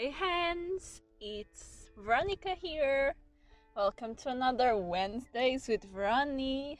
Hey hands, it's Veronica here. Welcome to another Wednesdays with Veroni.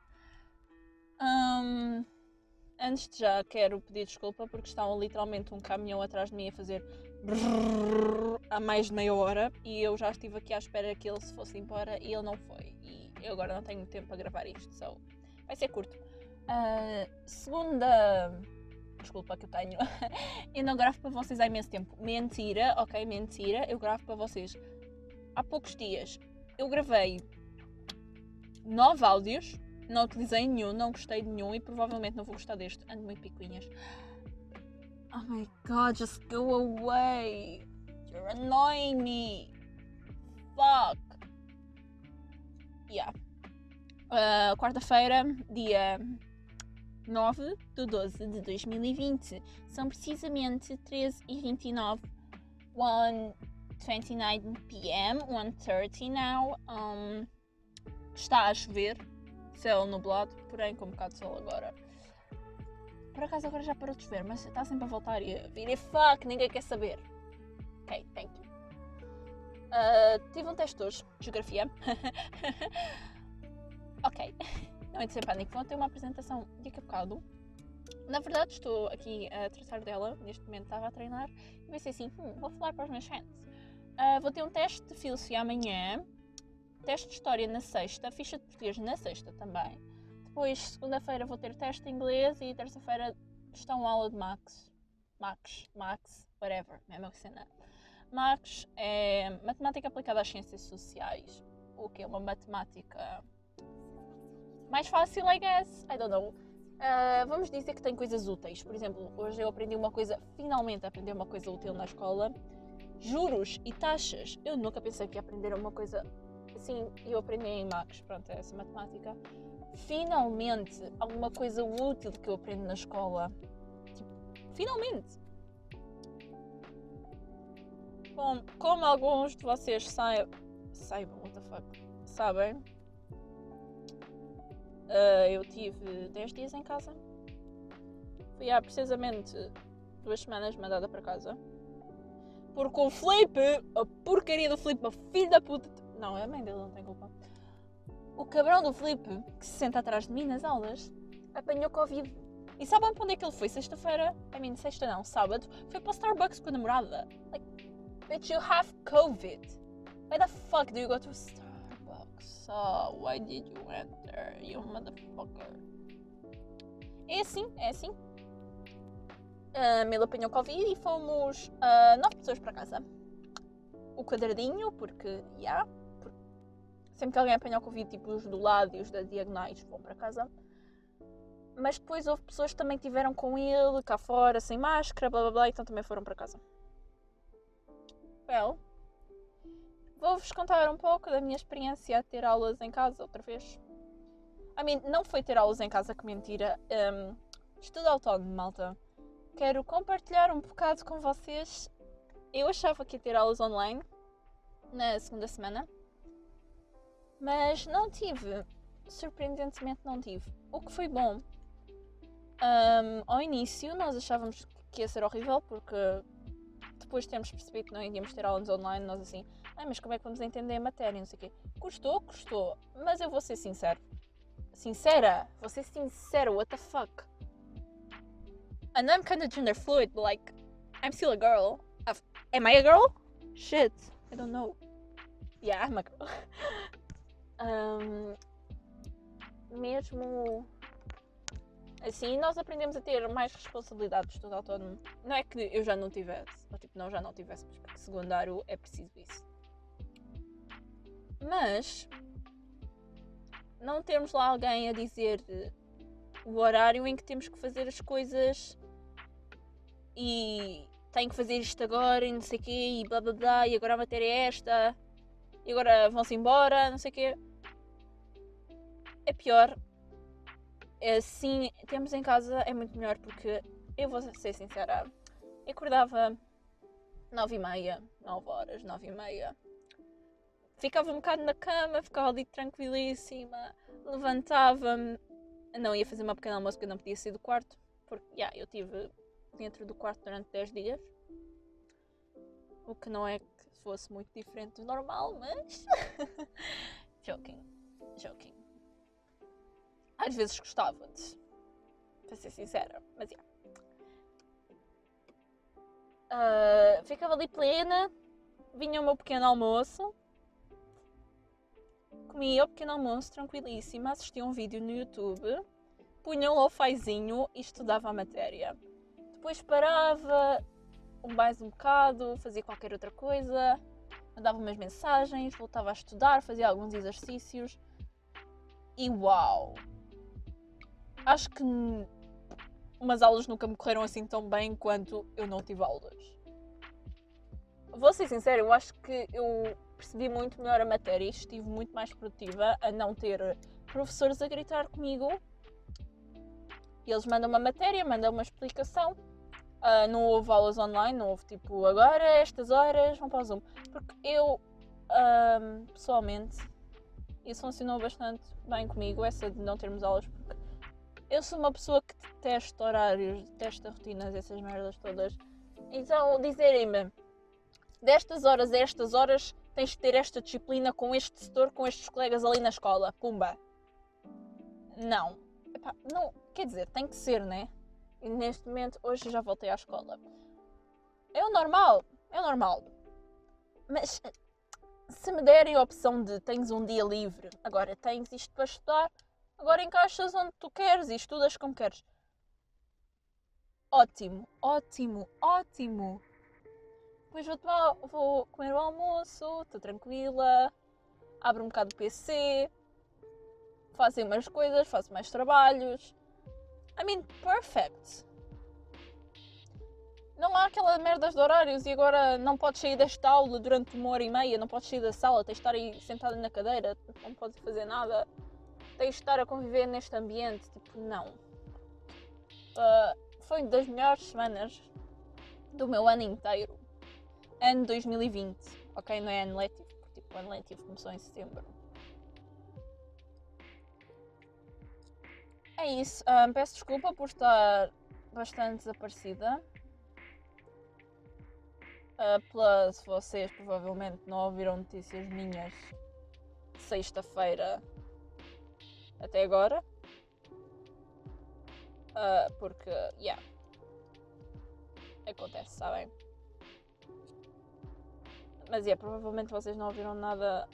Antes de já quero pedir desculpa porque estava literalmente um caminhão atrás de mim a fazer brrr há mais de meia hora e eu já estive aqui à espera que ele se fosse embora e ele não foi. E eu agora não tenho tempo para gravar isto, so vai ser curto. Segunda desculpa que eu tenho, eu não gravo para vocês há imenso tempo. Mentira, ok, mentira, eu gravo para vocês há poucos dias. Eu gravei 9 áudios, não utilizei nenhum, não gostei de nenhum e provavelmente não vou gostar deste. Ando muito picuinhas. Oh my god, just go away. You're annoying me. Fuck. Yeah. Quarta-feira, dia 9 de 12 de 2020. São precisamente 13h29. 1:29 p.m. 1:30 now. Está a chover. Céu nublado, porém com um bocado de sol agora. Por acaso agora já parou de chover, mas está sempre a voltar e a vir. E fuck, ninguém quer saber. Ok, thank you. Tive um teste hoje, geografia. Ok. Não é de ser pânico, vou ter uma apresentação daqui a bocado. Na verdade estou aqui a tratar dela, neste momento estava a treinar e pensei assim, vou falar para os meus fãs. Vou ter um teste de filosofia amanhã, teste de história na sexta, ficha de português na sexta também. Depois, segunda-feira vou ter teste de inglês e terça-feira está uma aula de Max, whatever, mesma cena. Max é matemática aplicada às ciências sociais, o que é uma matemática mais fácil, I guess. I don't know. Vamos dizer que tem coisas úteis. Por exemplo, hoje eu finalmente aprendi uma coisa útil na escola. Juros e taxas. Eu nunca pensei que ia aprender uma coisa assim. Eu aprendi em Max, pronto, essa matemática. Finalmente, alguma coisa útil que eu aprendo na escola. Tipo, finalmente. Bom, como alguns de vocês saibam, what the fuck, sabem, eu tive 10 dias em casa. Fui há precisamente 2 semanas mandada para casa. Porque o Filipe, a porcaria do Filipe, a filho da puta... Não, a mãe dele não tem culpa. O cabrão do Filipe, que se senta atrás de mim nas aulas, apanhou Covid. E sabem para onde é que ele foi sexta-feira? Sexta não, sábado. Foi para o Starbucks com a namorada. Like, bitch, you have Covid. Why the fuck do you go to Starbucks? Oh, why did you enter, you motherfucker? É assim. Ele apanhou Covid e fomos 9 pessoas para casa. O quadradinho, porque sempre que alguém apanhou Covid, tipo os do lado e os das diagonais vão para casa. Mas depois houve pessoas que também tiveram com ele, cá fora, sem máscara, blá blá blá, então também foram para casa. Well, vou-vos contar um pouco da minha experiência a ter aulas em casa outra vez. Não foi ter aulas em casa, que mentira. Estudo autónomo, malta. Quero compartilhar um bocado com vocês. Eu achava que ia ter aulas online na segunda semana, mas não tive. Surpreendentemente não tive. O que foi bom. Ao início nós achávamos que ia ser horrível, porque depois de termos percebido que não iríamos ter aulas online, nós assim, mas como é que vamos entender a matéria, não sei o quê. Custou, mas eu vou ser sincera, what the fuck. And I'm kind of gender fluid, but like, I'm still a girl. Am I a girl? Shit, I don't know. Yeah, I'm a girl. Mesmo assim, nós aprendemos a ter mais responsabilidade de estudo autónomo. Não é que eu já não tivesse, ou tipo, nós já não tivéssemos, porque secundário é preciso isso. Mas não termos lá alguém a dizer o horário em que temos que fazer as coisas e tenho que fazer isto agora e não sei o quê e blá blá blá e agora a matéria é esta e agora vão-se embora, não sei o quê. É pior. Assim, temos em casa é muito melhor, porque eu vou ser sincera, eu acordava 9h30, 9h30, ficava um bocado na cama, ficava ali tranquilíssima, levantava-me, não ia fazer uma pequena almoço porque eu não podia sair do quarto, porque eu estive dentro do quarto durante 10 dias. O que não é que fosse muito diferente do normal, mas... joking. Às vezes gostava de... Para ser sincera, mas ficava ali plena, vinha o meu pequeno almoço, comia o pequeno almoço tranquilíssima, assistia um vídeo no YouTube, punha um lo-fizinho e estudava a matéria. Depois parava mais um bocado, fazia qualquer outra coisa, mandava umas mensagens, voltava a estudar, fazia alguns exercícios e uau! Acho que umas aulas nunca me correram assim tão bem quanto eu não tive aulas. Vou ser sincera, eu acho que eu percebi muito melhor a matéria e estive muito mais produtiva a não ter professores a gritar comigo. E eles mandam uma matéria, mandam uma explicação. Não houve aulas online, não houve tipo agora, estas horas, vão para o Zoom. Porque eu, pessoalmente, isso funcionou bastante bem comigo, essa de não termos aulas, porque eu sou uma pessoa que detesta horários, detesta rotinas, essas merdas todas. Então, dizerem-me, destas horas a estas horas, tens de ter esta disciplina com este setor, com estes colegas ali na escola. Pumba. Não. Epá, não, quer dizer, tem que ser, né? E neste momento, hoje já voltei à escola. É o normal. Mas se me derem a opção de tens um dia livre, agora tens isto para estudar, agora encaixas onde tu queres e estudas como queres. Ótimo. Depois vou comer o almoço, estou tranquila, abro um bocado o PC, faço umas coisas, faço mais trabalhos. Perfect. Não há aquela merdas de horários e agora não podes sair desta aula durante 1h30, não podes sair da sala, tens de estar aí sentada na cadeira, não podes fazer nada, tens de estar a conviver neste ambiente, tipo, não. Foi uma das melhores semanas do meu ano inteiro. Ano 2020, ok? Não é ano letivo, porque tipo, o ano letivo começou em setembro. É isso, peço desculpa por estar bastante desaparecida. Plus, vocês provavelmente não ouviram notícias minhas sexta-feira até agora. Porque, acontece, sabem? Mas provavelmente vocês não ouviram nada,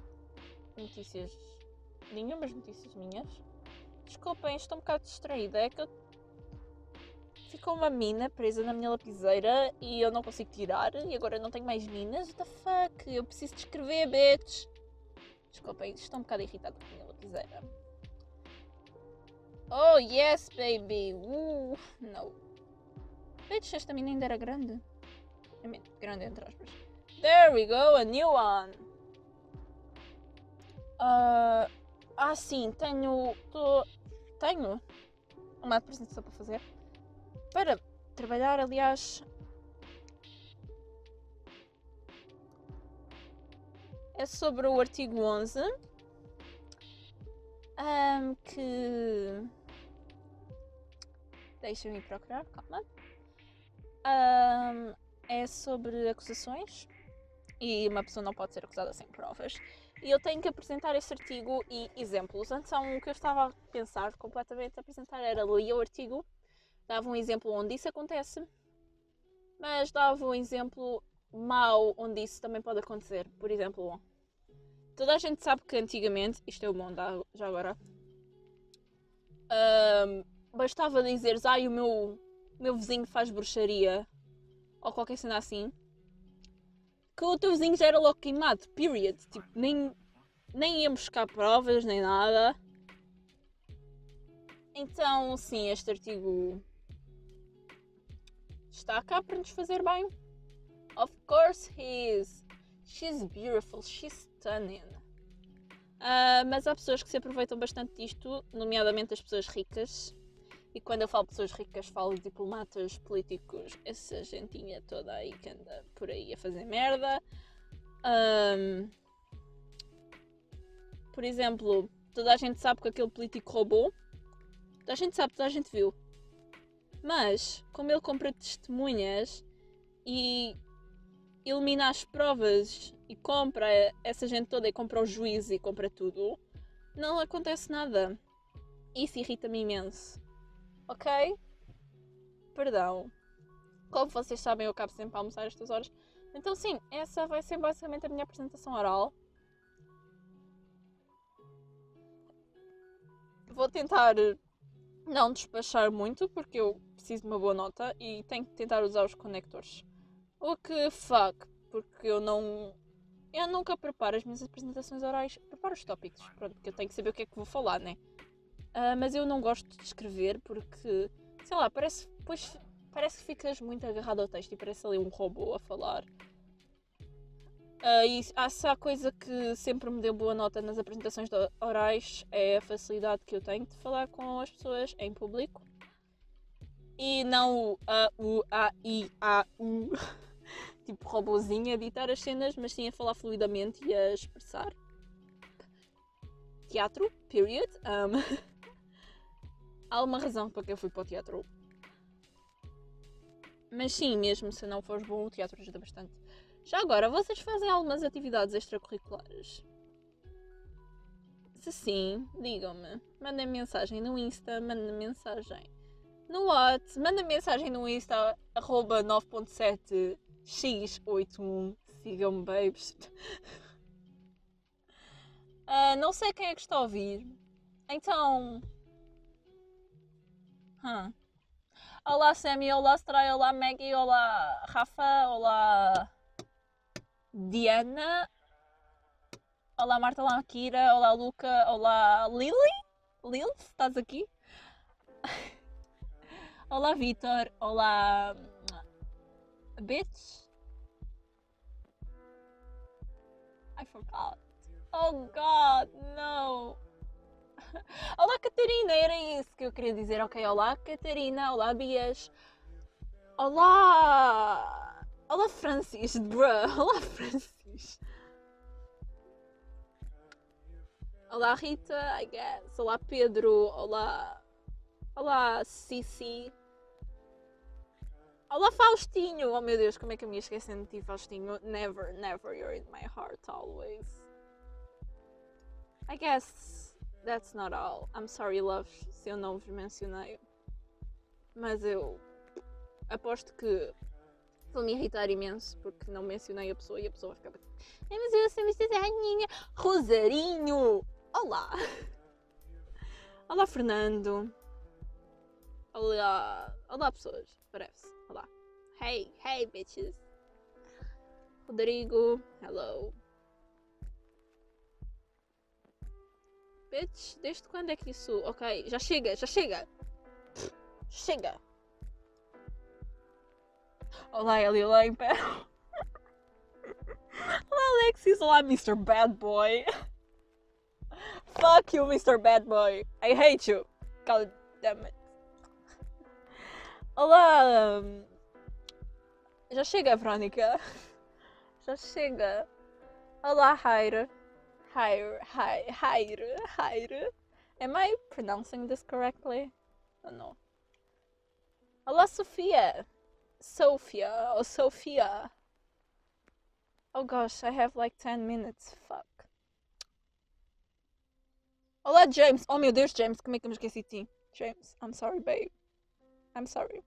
nenhumas notícias minhas. Desculpem, estou um bocado distraída, é que ficou uma mina presa na minha lapiseira e eu não consigo tirar e agora não tenho mais minas. What the fuck? Eu preciso de escrever, bitch. Desculpem, estou um bocado irritada com a minha lapiseira. Oh, yes, baby. Não. Bitch, esta mina ainda era grande. Grande entre aspas. There we go, a new one. Sim, tenho uma apresentação para fazer. Para trabalhar, aliás. É sobre o artigo 11. Que... Deixa-me procurar, calma. É sobre acusações. E uma pessoa não pode ser acusada sem provas. E eu tenho que apresentar esse artigo e exemplos. Então, o que eu estava a pensar completamente apresentar era ler o artigo, dava um exemplo onde isso acontece, mas dava um exemplo mau onde isso também pode acontecer. Por exemplo, toda a gente sabe que antigamente, isto é o mundo já agora, bastava dizeres, o meu vizinho faz bruxaria, ou qualquer cena assim, que o teu vizinho já era logo queimado, period. Tipo, nem iam buscar provas, nem nada. Então, sim, este artigo está cá para nos fazer bem. Of course he is. She's beautiful, she's stunning. Mas há pessoas que se aproveitam bastante disto, nomeadamente as pessoas ricas. E quando eu falo pessoas ricas, falo de diplomatas, políticos, essa gentinha toda aí que anda por aí a fazer merda. Por exemplo, toda a gente sabe que aquele político roubou. Toda a gente sabe, toda a gente viu. Mas, como ele compra testemunhas e elimina as provas e compra essa gente toda e compra o juízo e compra tudo, não acontece nada. Isso irrita-me imenso. Ok? Perdão. Como vocês sabem, eu acabo sempre a almoçar estas horas. Então sim, essa vai ser basicamente a minha apresentação oral. Vou tentar não despachar muito, porque eu preciso de uma boa nota e tenho que tentar usar os conectores. O que fuck, porque eu nunca preparo as minhas apresentações orais. Preparo os tópicos, pronto, porque eu tenho que saber o que é que vou falar, né? Mas eu não gosto de escrever porque, sei lá, parece que ficas muito agarrado ao texto e parece ali um robô a falar. E se há coisa que sempre me deu boa nota nas apresentações orais é a facilidade que eu tenho de falar com as pessoas em público. E não o a, u, a, i, a, u, tipo robozinho a editar as cenas, mas sim a falar fluidamente e a expressar. Teatro, period. Há uma razão para que eu fui para o teatro. Mas sim, mesmo se não fores bom, o teatro ajuda bastante. Já agora, vocês fazem algumas atividades extracurriculares? Se sim, digam-me. Mandem mensagem no Insta, mandem mensagem no What, mandem mensagem no Insta, @9.7x81. Sigam-me, babes. Não sei quem é que está a ouvir. Então... Olá, Sammy, olá, Stray, olá, Maggie, olá, Rafa, olá, Diana, olá, Marta, olá, Kira, olá, Luca, olá, Lily? Lil, estás aqui? Olá, Vitor, olá, bitch. I forgot. Oh, God, no. Olá, Catarina, era isso que eu queria dizer. Ok, olá, Catarina, olá, Bias. Olá! Olá, Francis, bruh. Olá, Francis. Olá, Rita, I guess. Olá, Pedro. Olá. Olá, Cici. Olá, Faustinho. Oh, meu Deus, como é que eu me ia esquecendo de ti, Faustinho? Never, never, you're in my heart always. I guess that's not all. I'm sorry, love, se eu não vos mencionei. Mas eu aposto que vou me irritar imenso porque não mencionei a pessoa e a pessoa vai ficar... mas eu sempre estive a minha... Rosarinho! Olá! Olá, Fernando! Olá! Olá, pessoas! Parece. Olá! Hey! Hey, bitches! Rodrigo! Hello! Bitch, desde quando é que isso... Ok, já chega! Já chega! Chega! Olá, Eli, olá, Império! Olá, Alexis! Olá, Mr. Bad Boy! Fuck you, Mr. Bad Boy! I hate you! God damn it! Olá! Já chega, Verónica! Já chega! Olá, Haire! Haire! Am I pronouncing this correctly? Oh, no. Olá, Sofia! Sophia or Sophia. Oh gosh, I have like 10 minutes. Fuck. Olá, James. Oh meu Deus, James, como é que eu me esqueci de ti? James, I'm sorry, babe. I'm sorry.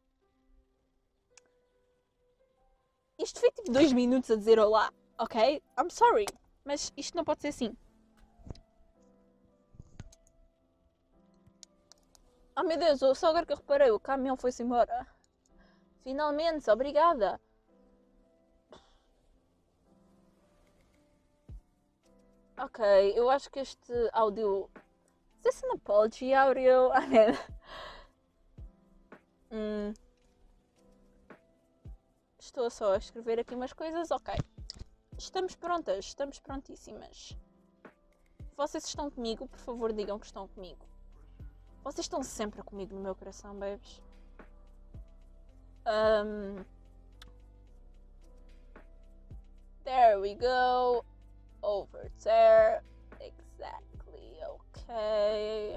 Isto foi tipo 2 minutos a dizer olá, ok? I'm sorry. Mas isto não pode ser assim. Oh meu Deus, só agora que eu reparei, o caminhão foi-se embora. Finalmente, obrigada. Ok, eu acho que este áudio... Is this an apology audio? I mean... Estou só a escrever aqui umas coisas, ok. Estamos prontas, estamos prontíssimas. Vocês estão comigo? Por favor, digam que estão comigo. Vocês estão sempre comigo no meu coração, babes. There we go. Over there. Exactly. Okay.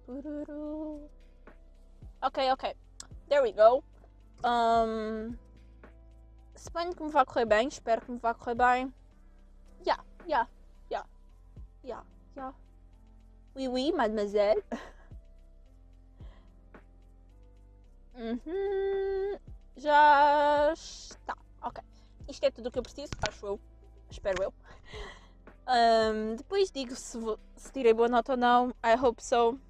Ok. There we go. Suponho que me vai correr bem. Espero que me vá correr bem. Yeah. Oui, mademoiselle. Já está. Ok. Isto é tudo o que eu preciso, acho eu. Espero eu. Depois digo se tirei boa nota ou não. I hope so.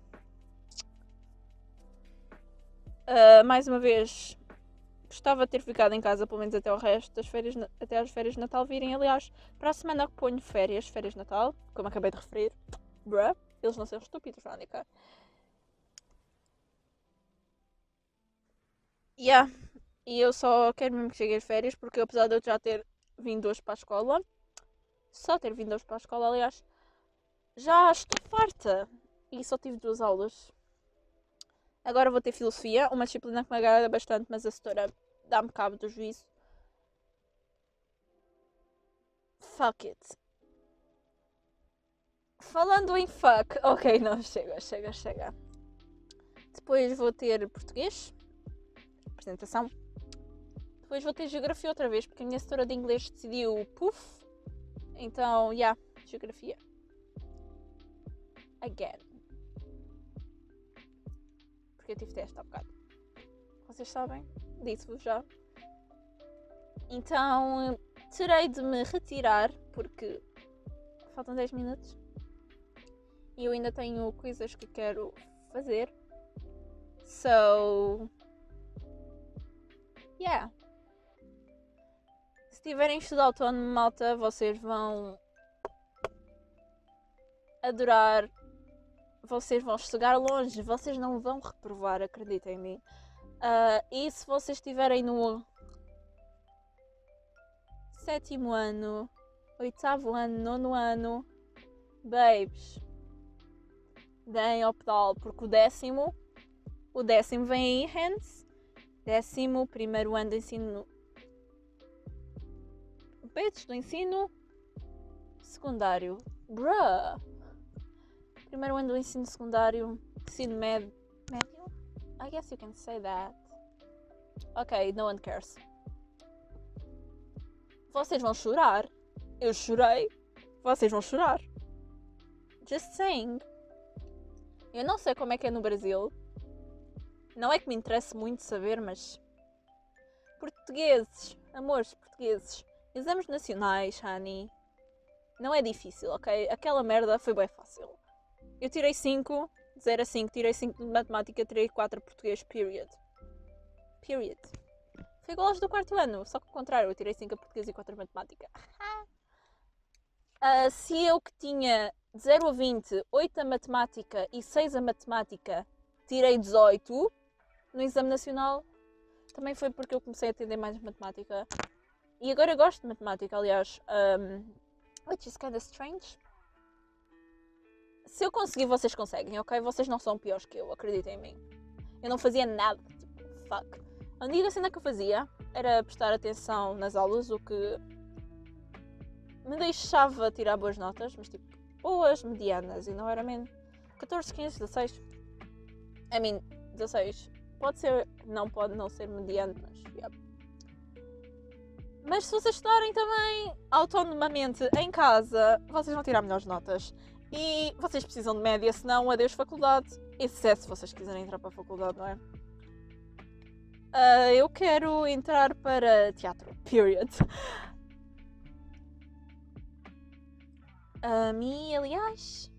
Mais uma vez, gostava de ter ficado em casa pelo menos até o resto das férias, até as férias de Natal virem. Aliás, para a semana que ponho férias de Natal, como acabei de referir. Bruh, eles não são estúpidos, Verónica. Yeah. E eu só quero mesmo que chegue as férias, porque apesar de eu já ter vindo hoje para a escola, aliás, já estou farta. E só tive 2 aulas. Agora vou ter filosofia, uma disciplina que me agrada bastante, mas a setora dá-me cabo do juízo. Fuck it. Falando em fuck. Ok, não, chega. Depois vou ter português. Apresentação. Depois vou ter geografia outra vez, porque a minha setora de inglês decidiu puff. Então, geografia. Again. Porque eu tive teste há bocado. Vocês sabem? Disse-vos já. Então, terei de me retirar, porque faltam 10 minutos. E eu ainda tenho coisas que quero fazer. So, yeah. Se tiverem estudo autónomo, malta, vocês vão adorar. Vocês vão chegar longe. Vocês não vão reprovar, acreditem em mim. E se vocês estiverem no 7º ano, 8º ano, 9º ano, babes, deem ao pedal, porque o 10º vem aí, hands. 11º ano de ensino, bitch, do ensino secundário. Bruh. 1º ano do ensino secundário, ensino médio. I guess you can say that. Ok, no one cares. Vocês vão chorar. Eu chorei. Vocês vão chorar. Just saying. Eu não sei como é que é no Brasil. Não é que me interesse muito saber, mas... Portugueses. Amores portugueses. Exames nacionais, honey. Não é difícil, ok? Aquela merda foi bem fácil. Eu tirei 5, 0 a 5, tirei 5 de matemática, tirei 4 de português, period. Foi igual aos do 4º ano, só que ao contrário, eu tirei 5 a português e 4 a matemática. Se eu que tinha 0 a 20, 8 a matemática e 6 a matemática, tirei 18 no exame nacional, também foi porque eu comecei a entender mais matemática. E agora eu gosto de matemática, aliás. Which is kind of strange. Se eu conseguir, vocês conseguem, ok? Vocês não são piores que eu, acreditem em mim. Eu não fazia nada, tipo, fuck. A única cena que eu fazia era prestar atenção nas aulas, o que me deixava tirar boas notas, mas tipo, boas, medianas, e não era menos. 14, 15, 16. 16. Pode não ser mediano, mas yeah. Mas se vocês estudarem também autonomamente em casa, vocês vão tirar melhores notas. E vocês precisam de média, senão adeus faculdade. Isso é se vocês quiserem entrar para a faculdade, não é? Eu quero entrar para teatro, period. E aliás,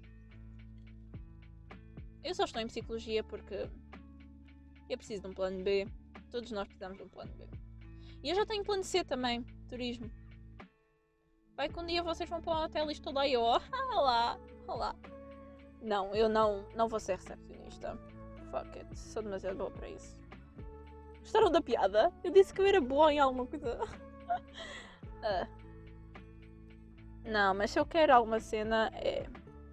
eu só estou em psicologia porque eu preciso de um plano B. Todos nós precisamos de um plano B. E eu já tenho plano C também, turismo. Vai que um dia vocês vão para um hotel e estou lá e eu, olá. Não, eu não vou ser recepcionista. Fuck it, sou demasiado boa para isso. Gostaram da piada? Eu disse que eu era boa em alguma coisa. Não, mas se eu quero alguma cena é...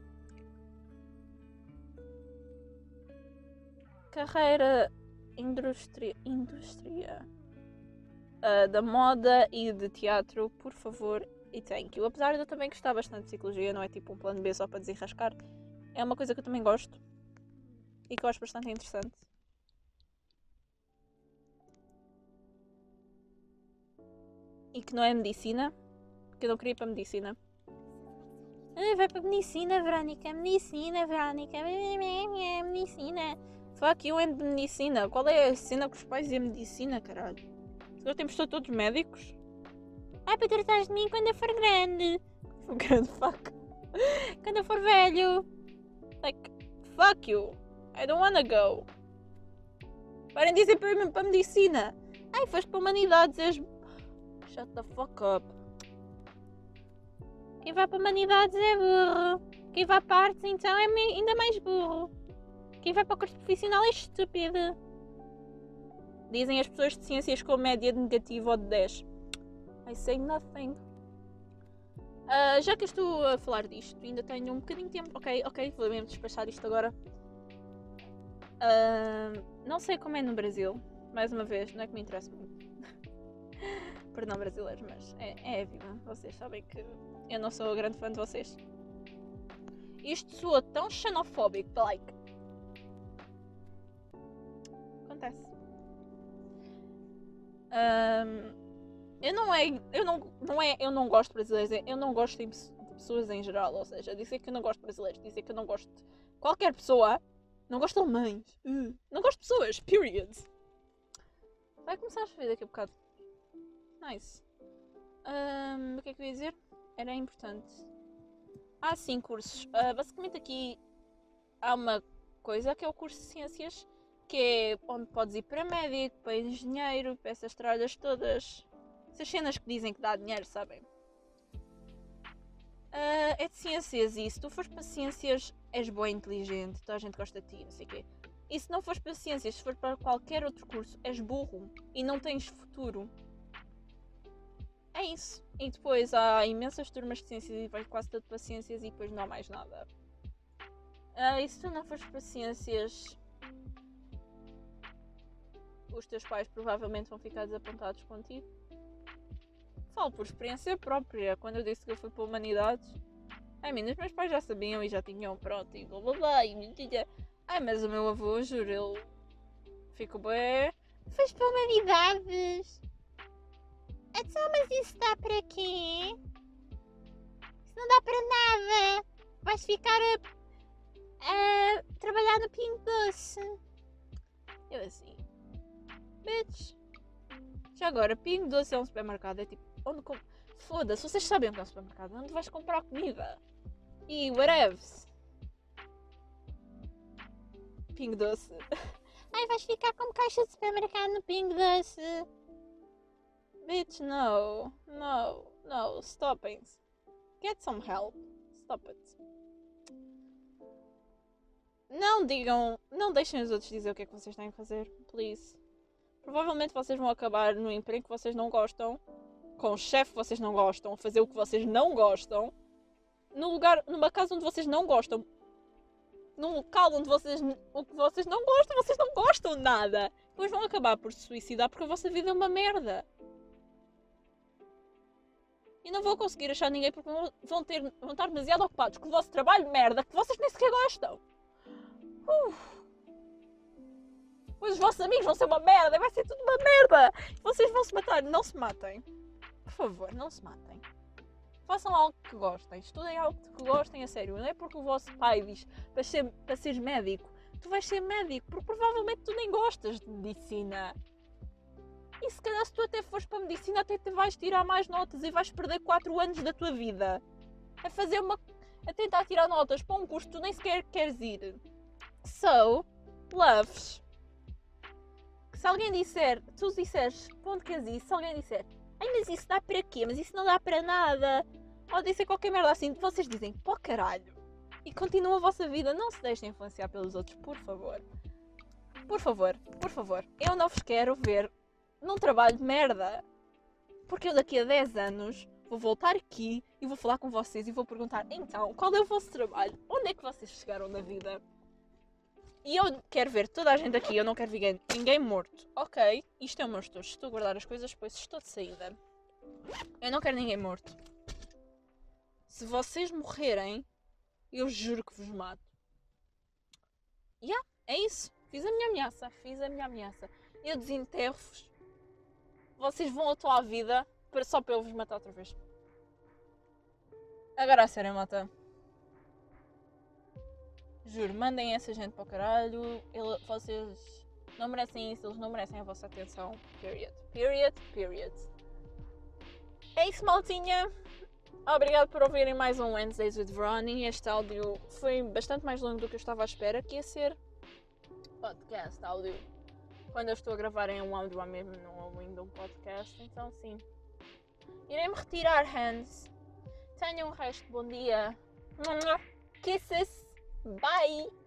Carreira indústria da moda e de teatro, por favor, e thank you. Apesar de eu também gostar bastante de psicologia, não é tipo um plano B só para desenrascar. É uma coisa que eu também gosto. e que eu acho bastante interessante. E que não é medicina, porque eu não queria ir para medicina. Vai para medicina, Verónica, medicina. Fuck you and medicina. Qual é a cena com os pais e a medicina, caralho? Agora temos todos médicos. Para tratares de mim quando eu for grande. Grande, fuck. Quando eu for velho. Like, fuck you. I don't wanna go. Parem de dizer para medicina. Foste para humanidades, és... Shut the fuck up. Quem vai para humanidades é burro. Quem vai para artes então é ainda mais burro. Quem vai para o curso profissional é estúpido. Dizem as pessoas de ciências com média de negativo ou de 10. I say nothing. Já que eu estou a falar disto, ainda tenho um bocadinho de tempo. Ok, vou mesmo despachar isto agora. Não sei como é no Brasil. Mais uma vez, não é que me interessa muito. Perdão, brasileiros, mas é a vida. Vocês sabem que eu não sou grande fã de vocês. Isto soa tão xenofóbico, like... Acontece. Eu não gosto de brasileiros, eu não gosto de pessoas em geral, ou seja, dizer que eu não gosto de brasileiros, dizer que eu não gosto de qualquer pessoa, não gosto de alemães, não gosto de pessoas, period. Vai começar a chover daqui a bocado. Nice. O que é que eu ia dizer? Era importante. Sim, cursos. Basicamente aqui há uma coisa que é o curso de ciências, que é onde podes ir para médico, para engenheiro, para essas tralhas todas. Essas cenas que dizem que dá dinheiro, sabem? É de ciências e se tu fores para ciências és boa e inteligente, toda a gente gosta de ti, não sei o quê. E se não fores para ciências, se fores para qualquer outro curso, és burro e não tens futuro. É isso. E depois há imensas turmas de ciências e vai quase tudo para ciências e depois não há mais nada. E se tu não fores para ciências, os teus pais provavelmente vão ficar desapontados contigo. Falo por experiência própria. Quando eu disse que eu fui para humanidades, os meus pais já sabiam e já tinham pronto e blá blá blá. Mas o meu avô, juro, ele ficou bem. Foste para humanidades? Então, mas isso dá para quê? Isso não dá para nada. Vais ficar a trabalhar no Pingo Doce. Eu assim, bitch. Já agora, Pingo Doce é um supermercado, é tipo, onde foda-se, vocês sabem o que é um supermercado, onde vais comprar comida. E whatever. Pingo Doce. Vais ficar como caixa de supermercado no Pingo Doce. Bitch, no, stop it. Get some help. Stop it. Não deixem os outros dizer o que é que vocês têm que fazer, please. Provavelmente vocês vão acabar no emprego que vocês não gostam, com o chefe que vocês não gostam, a fazer o que vocês não gostam, numa casa onde vocês não gostam, num local onde o que vocês não gostam de nada. Depois vão acabar por se suicidar porque a vossa vida é uma merda. E não vão conseguir achar ninguém porque vão estar demasiado ocupados com o vosso trabalho de merda que vocês nem sequer gostam. Pois os vossos amigos vão ser uma merda, vai ser tudo uma merda. Vocês vão se matar, não se matem. Por favor, não se matem. Façam algo que gostem, estudem algo que gostem a sério. Não é porque o vosso pai diz para seres médico, tu vais ser médico, porque provavelmente tu nem gostas de medicina. E se calhar se tu até fores para a medicina até te vais tirar mais notas e vais perder 4 anos da tua vida a tentar tirar notas para um curso que tu nem sequer queres ir. So, loves. Se alguém disser, tu disseres para onde queres ir, se alguém disser mas isso dá para quê? Mas isso não dá para nada. Ou disser qualquer merda assim, vocês dizem pô caralho. E continuam a vossa vida, não se deixem influenciar pelos outros, por favor. Por favor, por favor. Eu não vos quero ver num trabalho de merda. Porque eu daqui a 10 anos vou voltar aqui e vou falar com vocês e vou perguntar então, qual é o vosso trabalho? Onde é que vocês chegaram na vida? E eu quero ver toda a gente aqui, eu não quero ver ninguém morto. Ok, isto é o meu estojo. Estou a guardar as coisas, pois estou de saída. Eu não quero ninguém morto. Se vocês morrerem, eu juro que vos mato. É isso. Fiz a minha ameaça. Eu desenterro-vos. Vocês vão a tua vida só para eu vos matar outra vez. Agora a sério, malta. Juro, mandem essa gente para o caralho. Vocês não merecem isso, eles não merecem a vossa atenção. Period. É isso, maltinha. Obrigado por ouvirem mais um Wednesdays with Ronnie. Este áudio foi bastante mais longo do que eu estava à espera, que ia ser podcast, áudio. Quando eu estou a gravar em um áudio mesmo, não ainda um podcast. Então, sim. Irei-me retirar, hands. Tenham um resto de bom dia. Kisses. Bye.